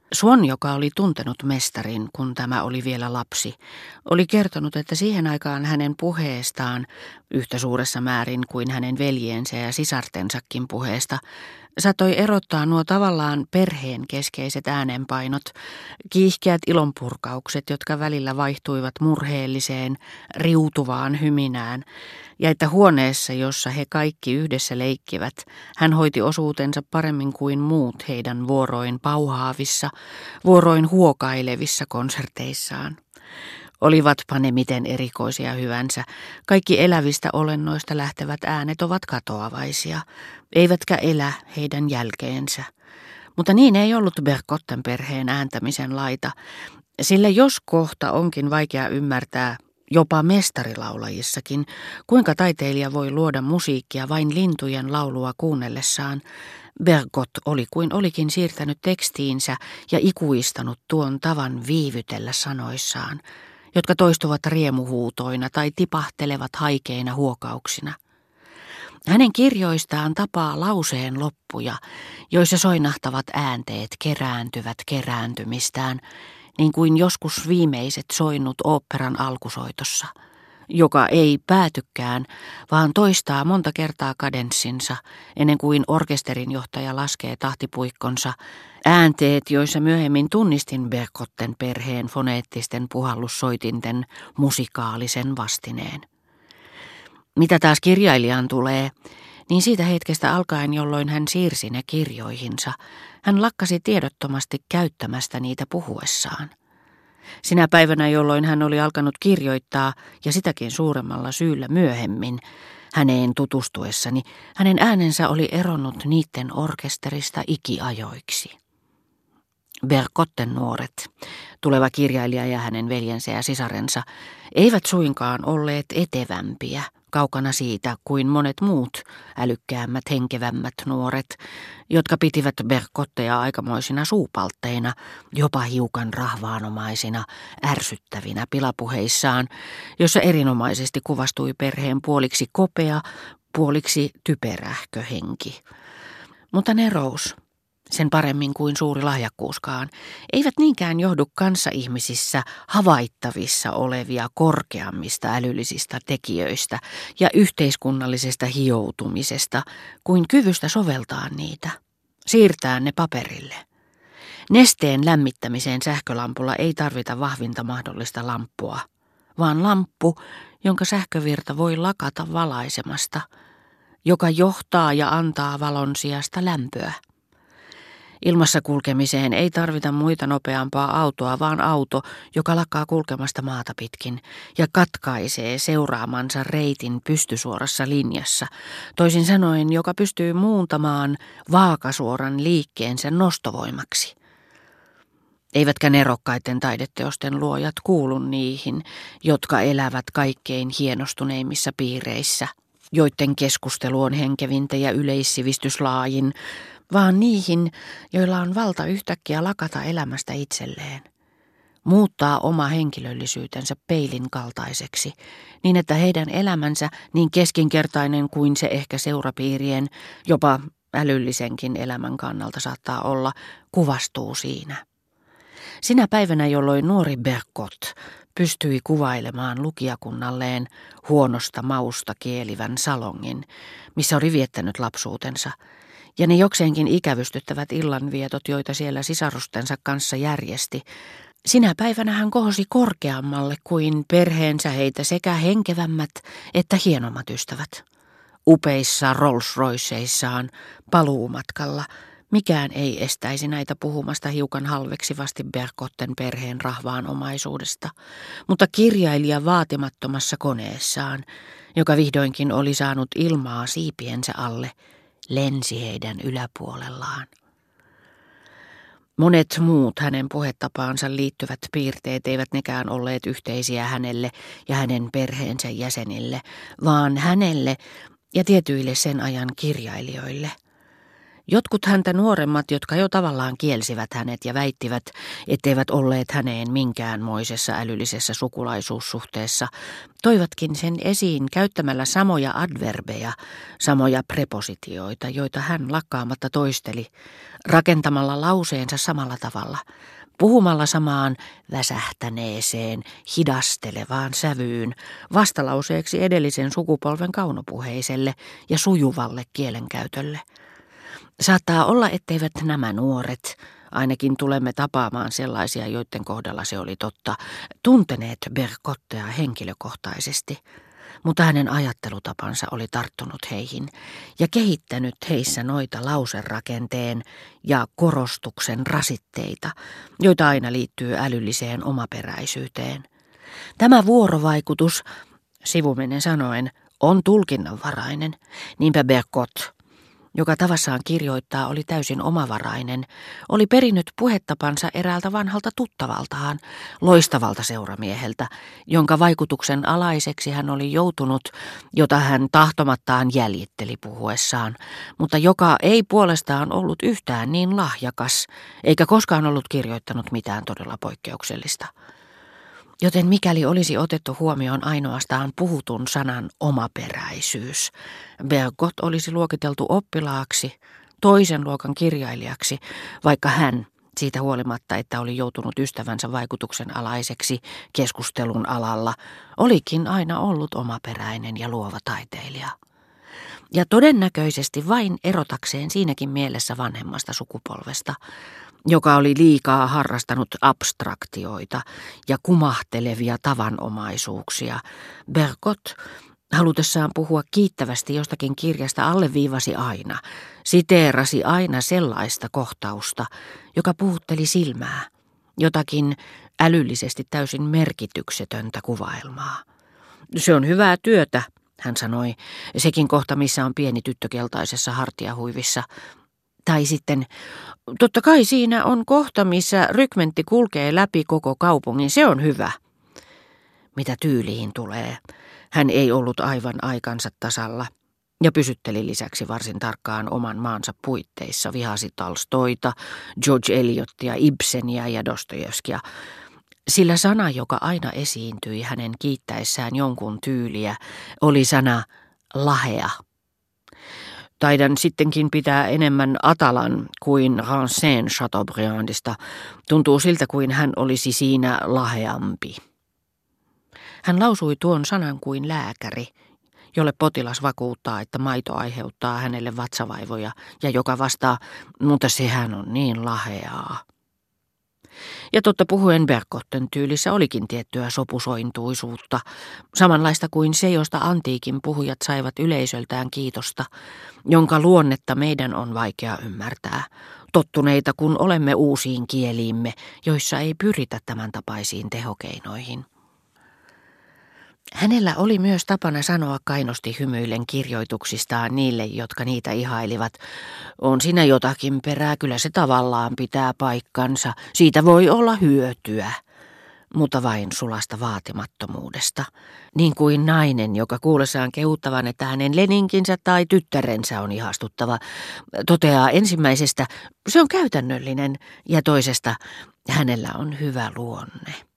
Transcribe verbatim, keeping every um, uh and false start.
Swan, joka oli tuntenut mestarin, kun tämä oli vielä lapsi, oli kertonut, että siihen aikaan hänen puheestaan, yhtä suuressa määrin kuin hänen veljeensä ja sisartensakin puheesta, saattoi erottaa nuo tavallaan perheen keskeiset äänenpainot, kiihkeät ilonpurkaukset, jotka välillä vaihtuivat murheelliseen, riutuvaan hyminään, ja että huoneessa, jossa he kaikki yhdessä leikkivät, hän hoiti osuutensa paremmin kuin muut heidän vuoroin pauhaavissa, vuoroin huokailevissa konserteissaan. Olivatpa ne miten erikoisia hyvänsä, kaikki elävistä olennoista lähtevät äänet ovat katoavaisia, eivätkä elä heidän jälkeensä. Mutta niin ei ollut Bergotten perheen ääntämisen laita, sillä jos kohta onkin vaikea ymmärtää, jopa mestarilaulajissakin, kuinka taiteilija voi luoda musiikkia vain lintujen laulua kuunnellessaan, Bergot oli kuin olikin siirtänyt tekstiinsä ja ikuistanut tuon tavan viivytellä sanoissaan, jotka toistuvat riemuhuutoina tai tipahtelevat haikeina huokauksina. Hänen kirjoistaan tapaa lauseen loppuja, joissa soinahtavat äänteet kerääntyvät kerääntymistään, niin kuin joskus viimeiset soinnut oopperan alkusoitossa, joka ei päätykään, vaan toistaa monta kertaa kadenssinsa, ennen kuin orkesterinjohtaja laskee tahtipuikkonsa, äänteet, joissa myöhemmin tunnistin Bergotten perheen foneettisten puhallussoitinten musikaalisen vastineen. Mitä taas kirjailijaan tulee, niin siitä hetkestä alkaen, jolloin hän siirsi ne kirjoihinsa, hän lakkasi tiedottomasti käyttämästä niitä puhuessaan. Sinä päivänä, jolloin hän oli alkanut kirjoittaa, ja sitäkin suuremmalla syyllä myöhemmin, häneen tutustuessani, hänen äänensä oli eronnut niiden orkesterista ikiajoiksi. Bergotten nuoret, tuleva kirjailija ja hänen veljensä ja sisarensa, eivät suinkaan olleet etevämpiä, kaukana siitä kuin monet muut älykkäämmät, henkevämmät nuoret, jotka pitivät Bergotteja aikamoisina suupaltteina, jopa hiukan rahvaanomaisina, ärsyttävinä pilapuheissaan, jossa erinomaisesti kuvastui perheen puoliksi kopea, puoliksi typerähkö henki. Mutta nerous, sen paremmin kuin suuri lahjakkuuskaan, eivät niinkään johdu kanssaihmisissä havaittavissa olevia korkeammista älyllisistä tekijöistä ja yhteiskunnallisesta hioutumisesta kuin kyvystä soveltaa niitä, siirtää ne paperille. Nesteen lämmittämiseen sähkölampulla ei tarvita vahvinta mahdollista lamppua, vaan lamppu, jonka sähkövirta voi lakata valaisemasta, joka johtaa ja antaa valon sijasta lämpöä. Ilmassa kulkemiseen ei tarvita muita nopeampaa autoa, vaan auto, joka lakkaa kulkemasta maata pitkin ja katkaisee seuraamansa reitin pystysuorassa linjassa, toisin sanoen, joka pystyy muuntamaan vaakasuoran liikkeensä nostovoimaksi. Eivätkä nerokkaiden taideteosten luojat kuulu niihin, jotka elävät kaikkein hienostuneimmissa piireissä, joiden keskustelu on henkevintä ja yleissivistyslaajin, vaan niihin, joilla on valta yhtäkkiä lakata elämästä itselleen. Muuttaa oma henkilöllisyytensä peilin kaltaiseksi, niin että heidän elämänsä, niin keskinkertainen kuin se ehkä seurapiirien, jopa älyllisenkin elämän kannalta saattaa olla, kuvastuu siinä. Sinä päivänä, jolloin nuori Bergot pystyi kuvailemaan lukijakunnalleen huonosta mausta kielivän salongin, missä oli viettänyt lapsuutensa, ja ne jokseenkin ikävystyttävät illanvietot, joita siellä sisarustensa kanssa järjesti, sinä päivänä hän kohosi korkeammalle kuin perheensä heitä sekä henkevämmät että hienommat ystävät. Upeissa Rolls-Royceissaan paluumatkalla mikään ei estäisi näitä puhumasta hiukan halveksivasti Bergotten perheen rahvaanomaisuudesta, mutta kirjailija vaatimattomassa koneessaan, joka vihdoinkin oli saanut ilmaa siipiensä alle, lensi heidän yläpuolellaan. Monet muut hänen puhetapaansa liittyvät piirteet eivät nekään olleet yhteisiä hänelle ja hänen perheensä jäsenille, vaan hänelle ja tietyille sen ajan kirjailijoille. Jotkut häntä nuoremmat, jotka jo tavallaan kielsivät hänet ja väittivät, etteivät olleet häneen minkäänmoisessa älyllisessä sukulaisuussuhteessa, toivatkin sen esiin käyttämällä samoja adverbeja, samoja prepositioita, joita hän lakkaamatta toisteli, rakentamalla lauseensa samalla tavalla, puhumalla samaan väsähtäneeseen, hidastelevaan sävyyn, vastalauseeksi edellisen sukupolven kaunopuheiselle ja sujuvalle kielenkäytölle. Saattaa olla, etteivät nämä nuoret, ainakin tulemme tapaamaan sellaisia, joiden kohdalla se oli totta, tunteneet Bergottea henkilökohtaisesti, mutta hänen ajattelutapansa oli tarttunut heihin ja kehittänyt heissä noita lauserakenteen ja korostuksen rasitteita, joita aina liittyy älylliseen omaperäisyyteen. Tämä vuorovaikutus, sivuminen sanoen, on tulkinnanvarainen, niinpä Bergot, joka tavassaan kirjoittaa oli täysin omavarainen, oli perinnyt puhetapansa eräältä vanhalta tuttavaltaan, loistavalta seuramieheltä, jonka vaikutuksen alaiseksi hän oli joutunut, jota hän tahtomattaan jäljitteli puhuessaan, mutta joka ei puolestaan ollut yhtään niin lahjakas, eikä koskaan ollut kirjoittanut mitään todella poikkeuksellista. Joten mikäli olisi otettu huomioon ainoastaan puhutun sanan omaperäisyys, Bergot olisi luokiteltu oppilaaksi, toisen luokan kirjailijaksi, vaikka hän, siitä huolimatta, että oli joutunut ystävänsä vaikutuksen alaiseksi keskustelun alalla, olikin aina ollut omaperäinen ja luova taiteilija. Ja todennäköisesti vain erotakseen siinäkin mielessä vanhemmasta sukupolvesta, joka oli liikaa harrastanut abstraktioita ja kumahtelevia tavanomaisuuksia, Bergot, halutessaan puhua kiittävästi jostakin kirjasta, alleviivasi aina, siteerasi aina sellaista kohtausta, joka puhutteli silmää, jotakin älyllisesti täysin merkityksetöntä kuvailmaa. Se on hyvää työtä, hän sanoi, sekin kohta, missä on pieni tyttö keltaisessa hartiahuivissa. Tai sitten, totta kai siinä on kohta, missä rykmentti kulkee läpi koko kaupungin, se on hyvä. Mitä tyyliin tulee, hän ei ollut aivan aikansa tasalla ja pysytteli lisäksi varsin tarkkaan oman maansa puitteissa, vihasi Tolstoita, George Eliottia, Ibseniä ja Dostojevskia. Sillä sana, joka aina esiintyi hänen kiittäessään jonkun tyyliä, oli sana lahea. Taidan sittenkin pitää enemmän Atalan kuin Rancén Chateaubriandista. Tuntuu siltä, kuin hän olisi siinä laheampi. Hän lausui tuon sanan kuin lääkäri, jolle potilas vakuuttaa, että maito aiheuttaa hänelle vatsavaivoja, ja joka vastaa, mutta sehän on niin laheaa. Ja totta puhuen Bergotten tyylissä olikin tiettyä sopusointuisuutta, samanlaista kuin se, josta antiikin puhujat saivat yleisöltään kiitosta, jonka luonnetta meidän on vaikea ymmärtää, tottuneita kun olemme uusiin kieliimme, joissa ei pyritä tämän tapaisiin tehokeinoihin. Hänellä oli myös tapana sanoa kainosti hymyillen kirjoituksistaan niille, jotka niitä ihailivat. On siinä jotakin perää, kyllä se tavallaan pitää paikkansa, siitä voi olla hyötyä, mutta vain sulasta vaatimattomuudesta. Niin kuin nainen, joka kuullessaan kehuttavan, että hänen leninkinsä tai tyttärensä on ihastuttava, toteaa ensimmäisestä, se on käytännöllinen, ja toisesta, hänellä on hyvä luonne.